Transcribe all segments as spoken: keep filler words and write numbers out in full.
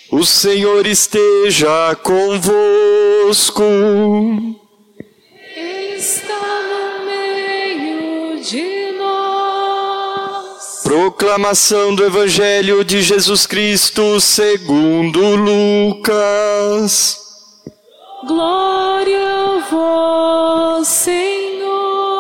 O Senhor esteja convosco. Ele está no meio de nós. Proclamação do Evangelho de Jesus Cristo segundo Lucas. Glória a vós, Senhor.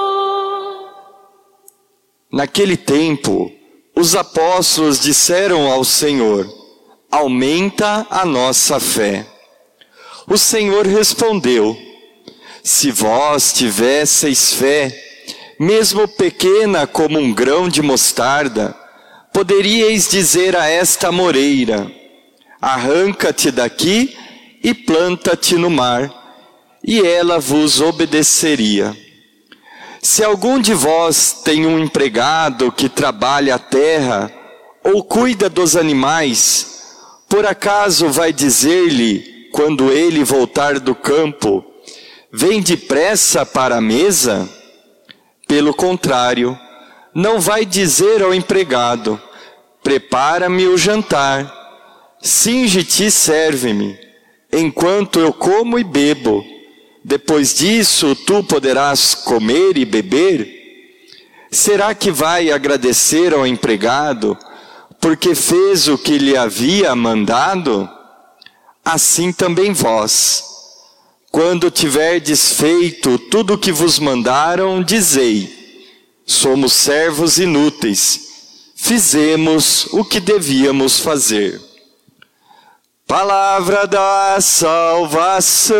Naquele tempo, os apóstolos disseram ao Senhor: aumenta a nossa fé. O Senhor respondeu: se vós tivesseis fé, mesmo pequena como um grão de mostarda, poderíeis dizer a esta moreira: arranca-te daqui e planta-te no mar, e ela vos obedeceria. Se algum de vós tem um empregado que trabalha a terra, ou cuida dos animais, por acaso vai dizer-lhe, quando ele voltar do campo: vem depressa para a mesa? Pelo contrário, não vai dizer ao empregado: prepara-me o jantar, cinge-te e serve-me, enquanto eu como e bebo. Depois disso, tu poderás comer e beber? Será que vai agradecer ao empregado porque fez o que lhe havia mandado? Assim também vós, quando tiverdes feito tudo o que vos mandaram, dizei: somos servos inúteis, fizemos o que devíamos fazer. Palavra da salvação.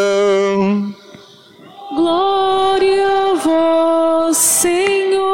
Glória a vós, Senhor.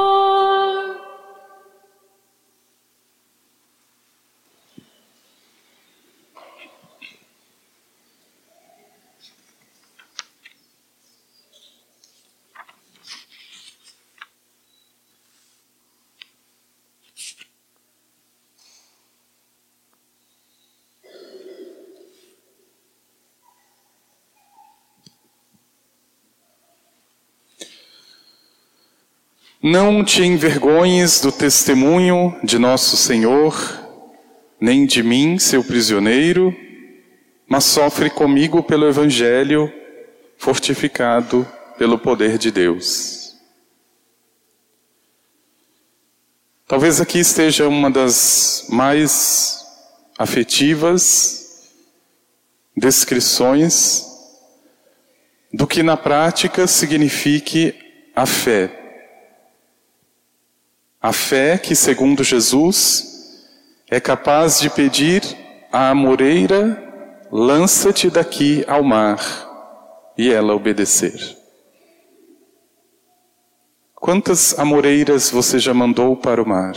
Não te envergonhes do testemunho de nosso Senhor, nem de mim, seu prisioneiro, mas sofre comigo pelo Evangelho, fortificado pelo poder de Deus. Talvez aqui esteja uma das mais afetivas descrições do que na prática signifique a fé. A fé que, segundo Jesus, é capaz de pedir à amoreira: lança-te daqui ao mar, e ela obedecer. Quantas amoreiras você já mandou para o mar?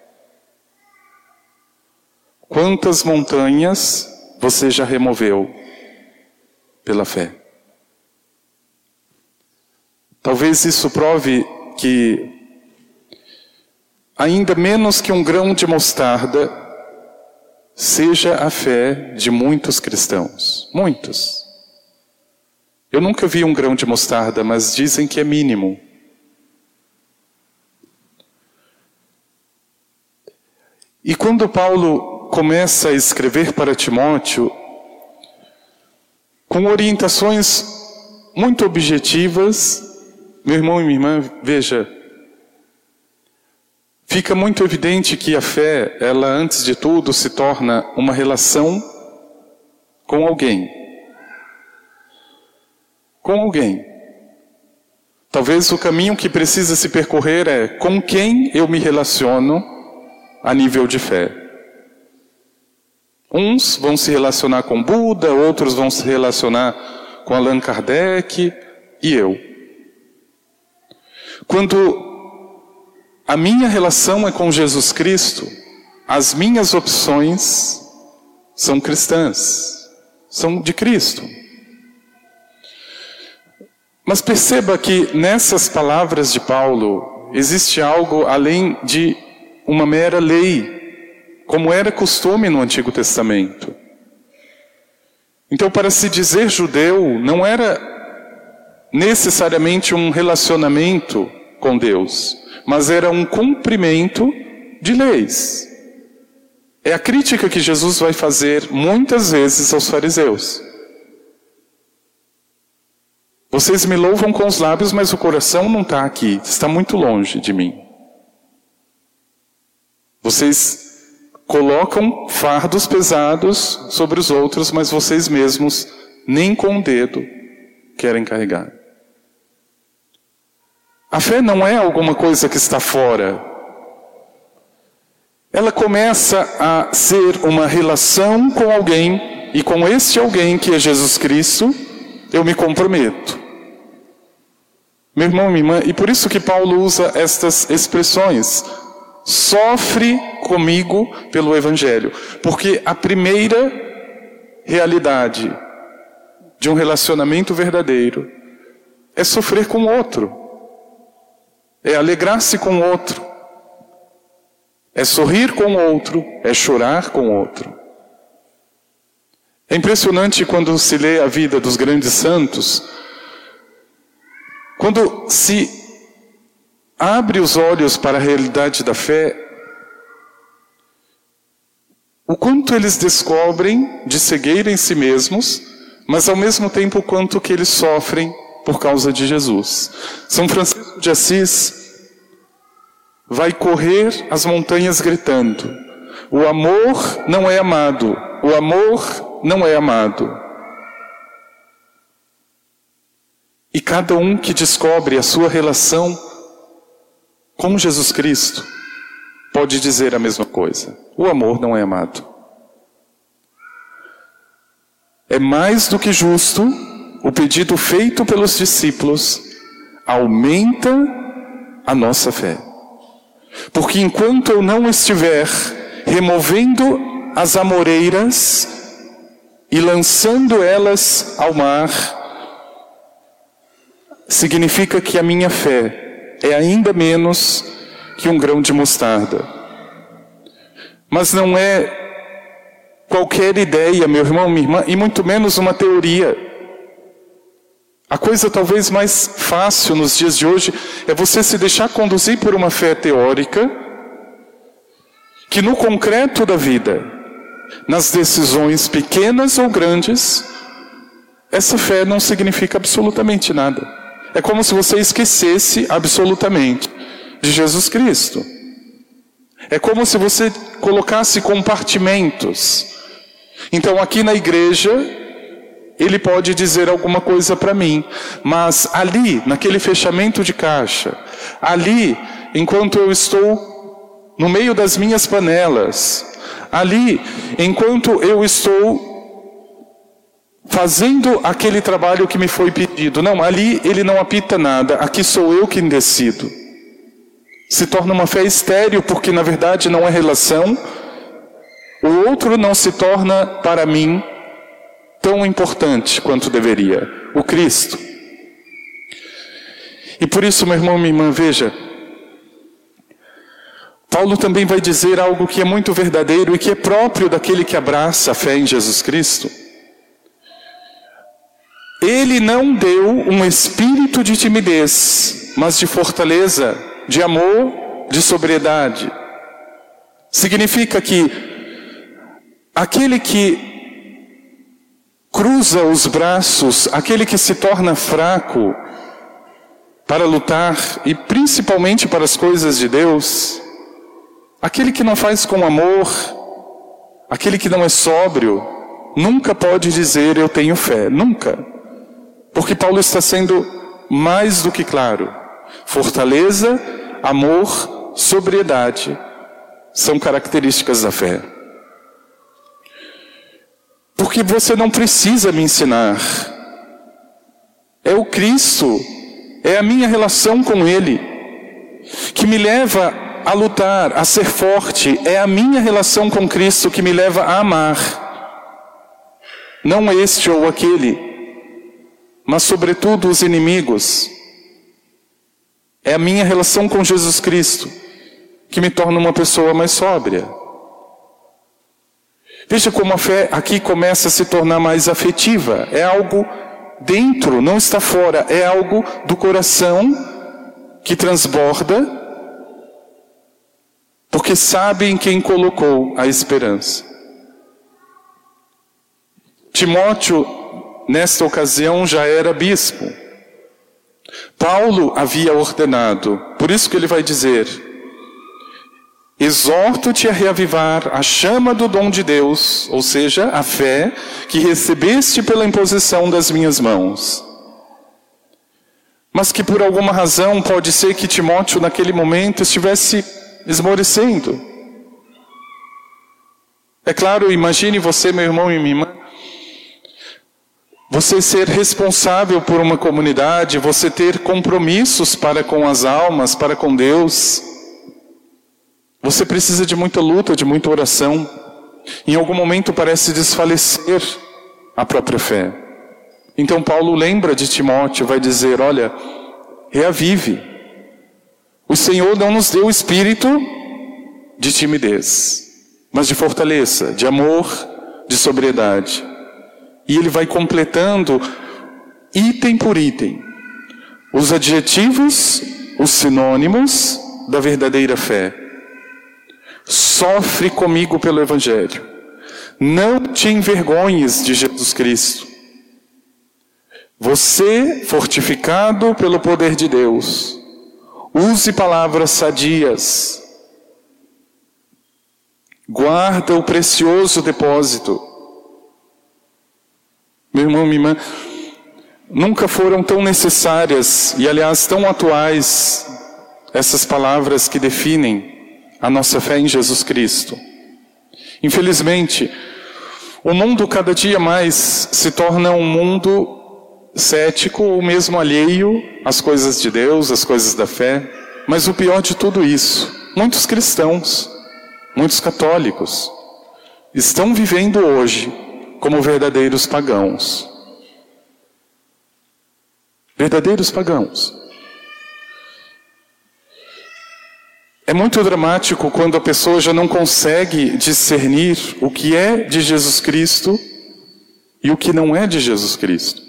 Quantas montanhas você já removeu pela fé? Talvez isso prove que ainda menos que um grão de mostarda seja a fé de muitos cristãos. Muitos. Eu nunca vi um grão de mostarda, mas dizem que é mínimo. E quando Paulo começa a escrever para Timóteo, com orientações muito objetivas, meu irmão e minha irmã, veja, fica muito evidente que a fé, ela antes de tudo se torna uma relação com alguém. Com alguém. Talvez o caminho que precisa se percorrer é com quem eu me relaciono a nível de fé. Uns vão se relacionar com Buda, outros vão se relacionar com Allan Kardec, e eu. Quando a minha relação é com Jesus Cristo, as minhas opções são cristãs, são de Cristo. Mas perceba que nessas palavras de Paulo existe algo além de uma mera lei, como era costume no Antigo Testamento. Então, para se dizer judeu, não era necessariamente um relacionamento com Deus, mas era um cumprimento de leis. É a crítica que Jesus vai fazer muitas vezes aos fariseus. Vocês me louvam com os lábios, mas o coração não está aqui, está muito longe de mim. Vocês colocam fardos pesados sobre os outros, mas vocês mesmos nem com o dedo querem carregar. A fé não é alguma coisa que está fora. Ela começa a ser uma relação com alguém, e com este alguém que é Jesus Cristo, eu me comprometo. Meu irmão, minha irmã, e por isso que Paulo usa estas expressões. Sofre comigo pelo Evangelho. Porque a primeira realidade de um relacionamento verdadeiro é sofrer com o outro. É alegrar-se com o outro. É sorrir com o outro. É chorar com o outro. É impressionante quando se lê a vida dos grandes santos, quando se abre os olhos para a realidade da fé, o quanto eles descobrem de cegueira em si mesmos, mas ao mesmo tempo o quanto que eles sofrem por causa de Jesus. São Francisco de Assis vai correr as montanhas gritando: o amor não é amado, o amor não é amado. E cada um que descobre a sua relação com Jesus Cristo pode dizer a mesma coisa: o amor não é amado. É mais do que justo o pedido feito pelos discípulos: aumenta a nossa fé. Porque enquanto eu não estiver removendo as amoreiras e lançando elas ao mar, significa que a minha fé é ainda menos que um grão de mostarda. Mas não é qualquer ideia, meu irmão, minha irmã, e muito menos uma teoria. A coisa talvez mais fácil nos dias de hoje é você se deixar conduzir por uma fé teórica, que no concreto da vida, nas decisões pequenas ou grandes, essa fé não significa absolutamente nada. É como se você esquecesse absolutamente de Jesus Cristo. É como se você colocasse compartimentos. Então aqui na igreja, ele pode dizer alguma coisa para mim, mas ali, naquele fechamento de caixa, ali, enquanto eu estou no meio das minhas panelas, ali, enquanto eu estou fazendo aquele trabalho que me foi pedido, não, ali ele não apita nada, aqui sou eu quem decido. Se torna uma fé estéril, porque na verdade não é relação. O outro não se torna para mim tão importante quanto deveria, o Cristo. E por isso, meu irmão, minha irmã, veja, Paulo também vai dizer algo que é muito verdadeiro e que é próprio daquele que abraça a fé em Jesus Cristo. Ele não deu um espírito de timidez, mas de fortaleza, de amor, de sobriedade. Significa que aquele que cruza os braços, aquele que se torna fraco para lutar, e principalmente para as coisas de Deus, aquele que não faz com amor, aquele que não é sóbrio, nunca pode dizer eu tenho fé, nunca. Porque Paulo está sendo mais do que claro. Fortaleza, amor, sobriedade são características da fé. Porque você não precisa me ensinar. É o Cristo, é a minha relação com Ele, que me leva a lutar, a ser forte. É a minha relação com Cristo que me leva a amar. Não este ou aquele, mas sobretudo os inimigos. É a minha relação com Jesus Cristo que me torna uma pessoa mais sóbria. Veja como a fé aqui começa a se tornar mais afetiva. É algo dentro, não está fora. É algo do coração que transborda porque sabe em quem colocou a esperança. Timóteo, nesta ocasião, já era bispo. Paulo havia ordenado, por isso que ele vai dizer: exorto-te a reavivar a chama do dom de Deus, ou seja, a fé que recebeste pela imposição das minhas mãos. Mas que por alguma razão pode ser que Timóteo naquele momento estivesse esmorecendo. É claro, imagine você, meu irmão e minha irmã, você ser responsável por uma comunidade, você ter compromissos para com as almas, para com Deus. Você precisa de muita luta, de muita oração. Em algum momento parece desfalecer a própria fé. Então Paulo lembra de Timóteo, vai dizer: olha, reavive. O Senhor não nos deu espírito de timidez, mas de fortaleza, de amor, de sobriedade. E ele vai completando, item por item, os adjetivos, os sinônimos da verdadeira fé. Sofre comigo pelo Evangelho. Não te envergonhes de Jesus Cristo. Você, fortificado pelo poder de Deus, use palavras sadias. Guarda o precioso depósito. Meu irmão, minha irmã, nunca foram tão necessárias e, aliás, tão atuais essas palavras que definem a nossa fé em Jesus Cristo. Infelizmente, o mundo cada dia mais se torna um mundo cético, ou mesmo alheio às coisas de Deus, às coisas da fé. Mas o pior de tudo isso, muitos cristãos, muitos católicos, estão vivendo hoje como verdadeiros pagãos. Verdadeiros pagãos. É muito dramático quando a pessoa já não consegue discernir o que é de Jesus Cristo e o que não é de Jesus Cristo.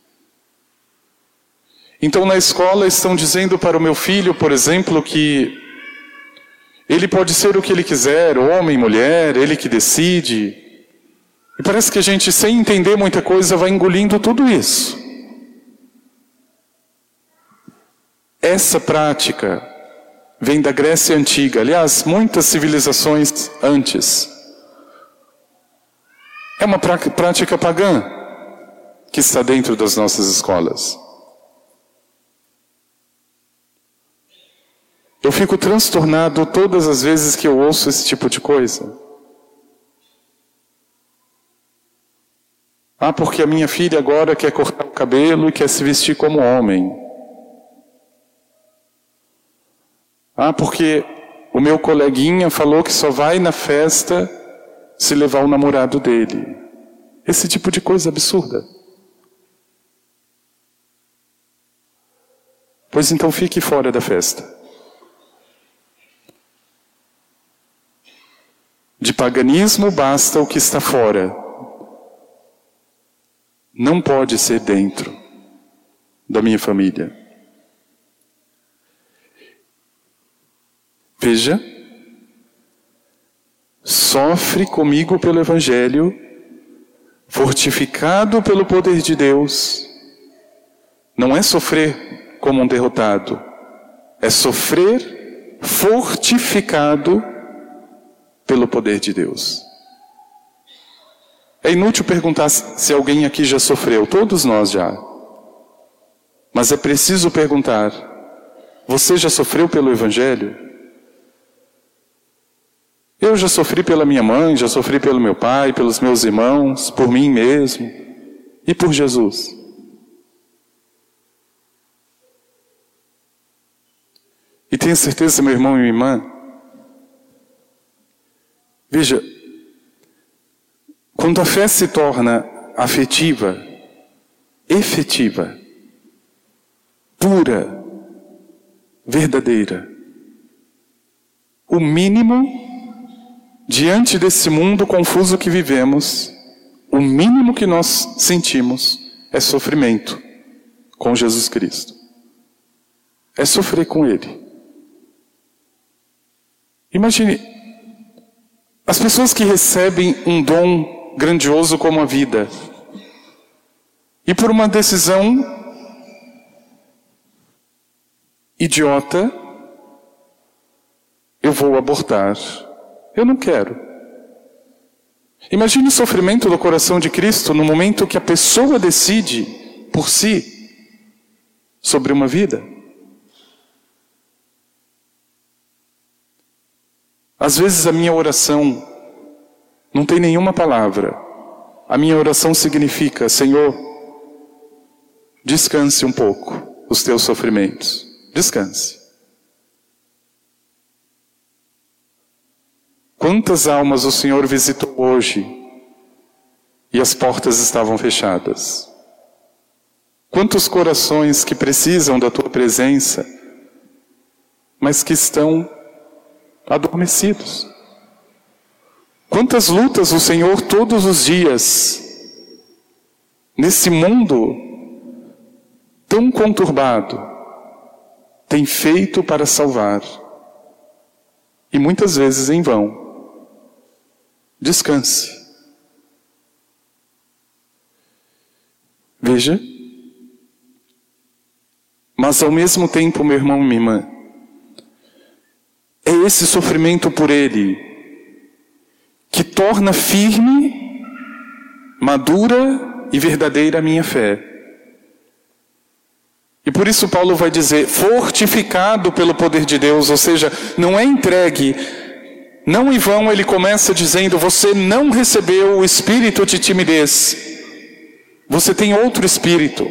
Então na escola estão dizendo para o meu filho, por exemplo, que ele pode ser o que ele quiser, homem, mulher, ele que decide. E parece que a gente, sem entender muita coisa, vai engolindo tudo isso. Essa prática vem da Grécia Antiga, aliás, muitas civilizações antes. É uma prática pagã que está dentro das nossas escolas. Eu fico transtornado todas as vezes que eu ouço esse tipo de coisa. Ah, porque a minha filha agora quer cortar o cabelo e quer se vestir como homem. Ah, porque o meu coleguinha falou que só vai na festa se levar o namorado dele. Esse tipo de coisa absurda. Pois então fique fora da festa. De paganismo basta o que está fora. Não pode ser dentro da minha família. Veja, sofre comigo pelo Evangelho, fortificado pelo poder de Deus. Não é sofrer como um derrotado, é sofrer fortificado pelo poder de Deus. É inútil perguntar se alguém aqui já sofreu, todos nós já. Mas é preciso perguntar: você já sofreu pelo Evangelho? Eu já sofri pela minha mãe, já sofri pelo meu pai, pelos meus irmãos, por mim mesmo e por Jesus. E tenha certeza, meu irmão e minha irmã, veja, quando a fé se torna afetiva, efetiva, pura, verdadeira, o mínimo, diante desse mundo confuso que vivemos, o mínimo que nós sentimos é sofrimento com Jesus Cristo. É sofrer com Ele. Imagine, as pessoas que recebem um dom grandioso como a vida, e por uma decisão idiota, eu vou abortar. Eu não quero. Imagine o sofrimento do coração de Cristo no momento que a pessoa decide por si sobre uma vida. Às vezes a minha oração não tem nenhuma palavra. A minha oração significa: Senhor, descanse um pouco os teus sofrimentos. Descanse. Quantas almas o Senhor visitou hoje e as portas estavam fechadas? Quantos corações que precisam da tua presença, mas que estão adormecidos? Quantas lutas o Senhor todos os dias, nesse mundo tão conturbado, tem feito para salvar, e muitas vezes em vão. Descanse. Veja. Mas ao mesmo tempo, meu irmão e minha irmã, é esse sofrimento por Ele que torna firme, madura e verdadeira a minha fé. E por isso Paulo vai dizer, fortificado pelo poder de Deus, ou seja, não é entregue. Não em vão ele começa dizendo, você não recebeu o espírito de timidez. Você tem outro espírito.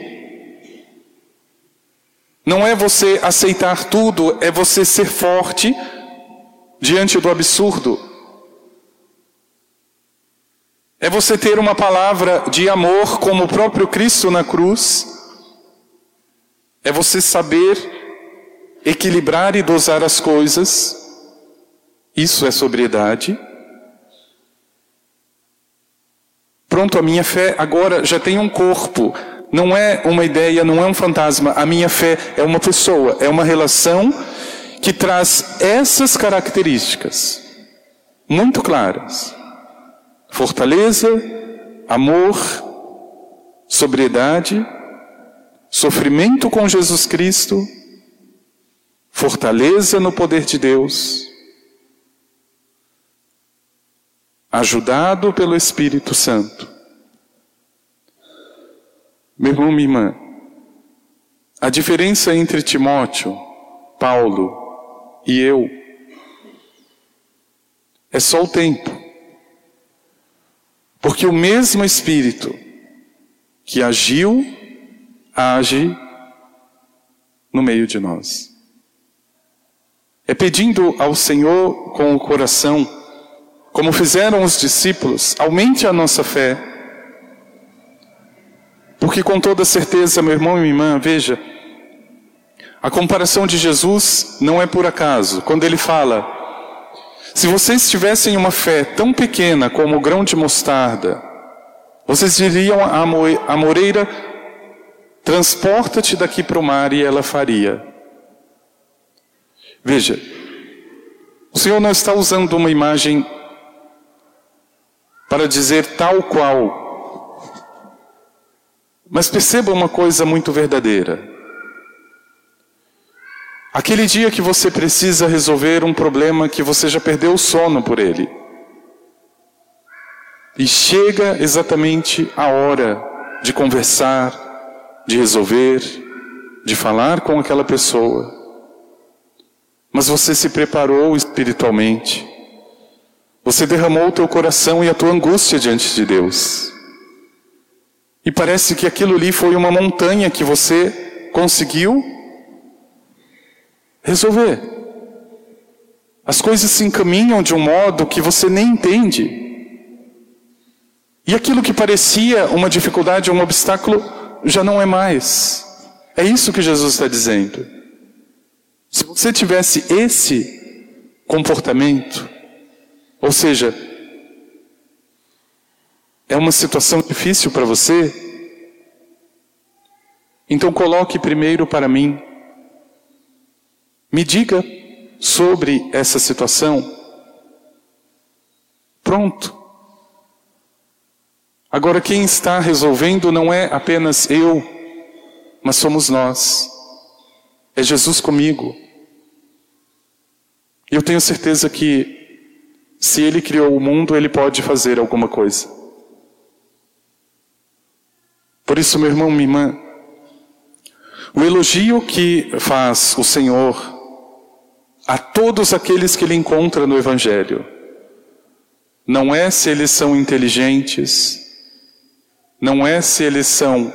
Não é você aceitar tudo, é você ser forte diante do absurdo. É você ter uma palavra de amor como o próprio Cristo na cruz. É você saber equilibrar e dosar as coisas. Isso é sobriedade. Pronto, a minha fé agora já tem um corpo. Não é uma ideia, não é um fantasma. A minha fé é uma pessoa, é uma relação que traz essas características muito claras. Fortaleza, amor, sobriedade, sofrimento com Jesus Cristo, fortaleza no poder de Deus, ajudado pelo Espírito Santo. Meu irmão, minha irmã, a diferença entre Timóteo, Paulo e eu é só o tempo. Porque o mesmo Espírito que agiu, age no meio de nós. É pedindo ao Senhor com o coração, como fizeram os discípulos, aumente a nossa fé. Porque com toda certeza, meu irmão e minha irmã, veja, a comparação de Jesus não é por acaso. Quando ele fala, se vocês tivessem uma fé tão pequena como o grão de mostarda, vocês diriam à moreira, transporta-te daqui para o mar, e ela faria. Veja, o Senhor não está usando uma imagem para dizer tal qual. Mas perceba uma coisa muito verdadeira. Aquele dia que você precisa resolver um problema que você já perdeu o sono por ele. E chega exatamente a hora de conversar, de resolver, de falar com aquela pessoa. Mas você se preparou espiritualmente. Você derramou o teu coração e a tua angústia diante de Deus. E parece que aquilo ali foi uma montanha que você conseguiu resolver. As coisas se encaminham de um modo que você nem entende. E aquilo que parecia uma dificuldade, um obstáculo, já não é mais. É isso que Jesus está dizendo. Se você tivesse esse comportamento, ou seja, é uma situação difícil para você, então coloque primeiro para mim. Me diga, sobre essa situação, pronto. Agora quem está resolvendo não é apenas eu, mas somos nós. É Jesus comigo. E eu tenho certeza que se Ele criou o mundo, Ele pode fazer alguma coisa. Por isso, meu irmão, minha irmã, o elogio que faz o Senhor a todos aqueles que Ele encontra no Evangelho, não é se eles são inteligentes, não é se eles são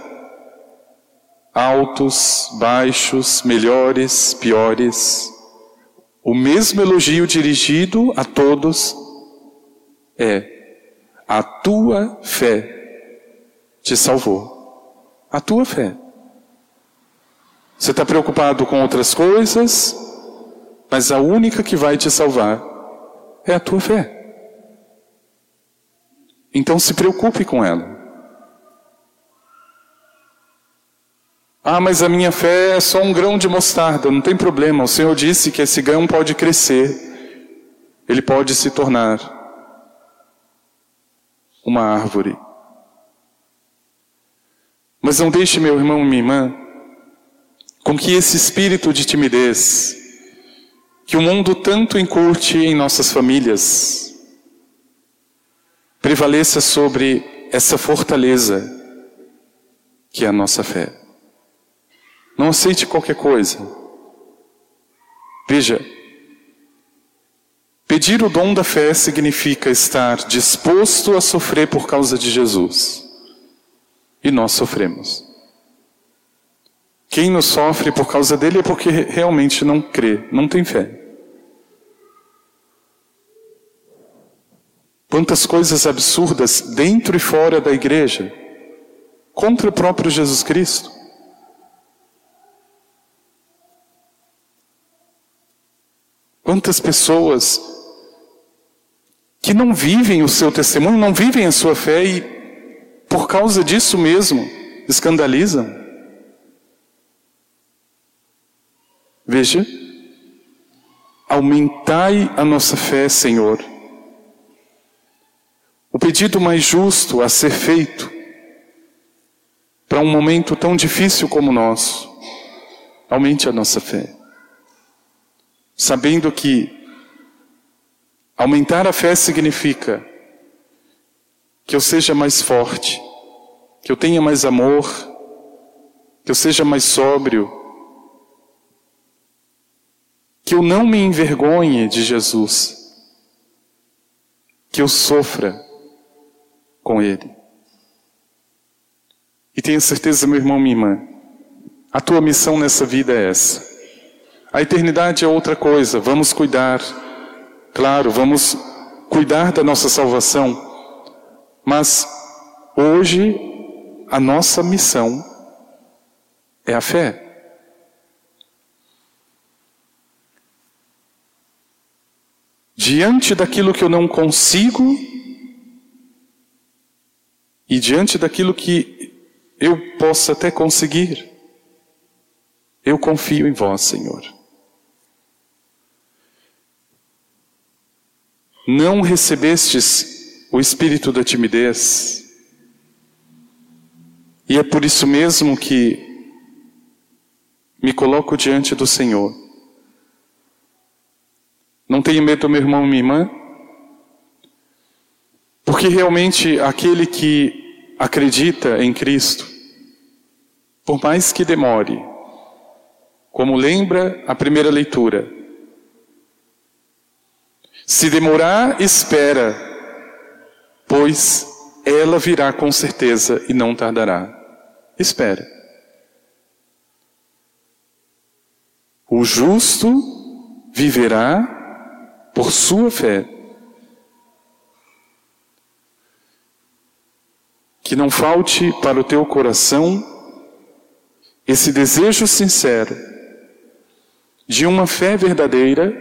altos, baixos, melhores, piores. O mesmo elogio dirigido a todos é: a tua fé te salvou. A tua fé. Você está preocupado com outras coisas, mas a única que vai te salvar é a tua fé. Então se preocupe com ela. Ah, mas a minha fé é só um grão de mostarda. Não tem problema, o Senhor disse que esse grão pode crescer. Ele pode se tornar uma árvore. Mas não deixe, meu irmão e minha irmã, com que esse espírito de timidez, que o mundo tanto incute em nossas famílias, prevaleça sobre essa fortaleza que é a nossa fé. Não aceite qualquer coisa. Veja, pedir o dom da fé significa estar disposto a sofrer por causa de Jesus. E nós sofremos. Quem nos sofre por causa dele é porque realmente não crê, não tem fé. Quantas coisas absurdas dentro e fora da igreja, contra o próprio Jesus Cristo. Quantas pessoas que não vivem o seu testemunho, não vivem a sua fé e, por causa disso mesmo, escandalizam. Veja, aumentai a nossa fé, Senhor. O pedido mais justo a ser feito para um momento tão difícil como o nosso, aumente a nossa fé. Sabendo que aumentar a fé significa que eu seja mais forte, que eu tenha mais amor, que eu seja mais sóbrio, que eu não me envergonhe de Jesus, que eu sofra com Ele. E tenha certeza, meu irmão, minha irmã, a tua missão nessa vida é essa. A eternidade é outra coisa, vamos cuidar, claro, vamos cuidar da nossa salvação, mas hoje a nossa missão é a fé. Diante daquilo que eu não consigo e diante daquilo que eu possa até conseguir, eu confio em vós, Senhor. Não recebestes o espírito da timidez, e é por isso mesmo que me coloco diante do Senhor. Não tenha medo, meu irmão e minha irmã, porque realmente aquele que acredita em Cristo, por mais que demore, como lembra a primeira leitura, se demorar, espera, pois ela virá com certeza e não tardará. Espera. O justo viverá por sua fé. Que não falte para o teu coração esse desejo sincero de uma fé verdadeira,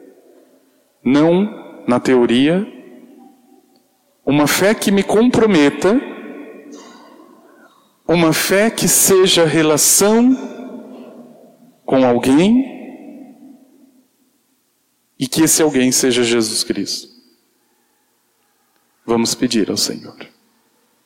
não na teoria, uma fé que me comprometa, uma fé que seja relação com alguém, E que esse alguém seja Jesus Cristo. Vamos pedir ao Senhor.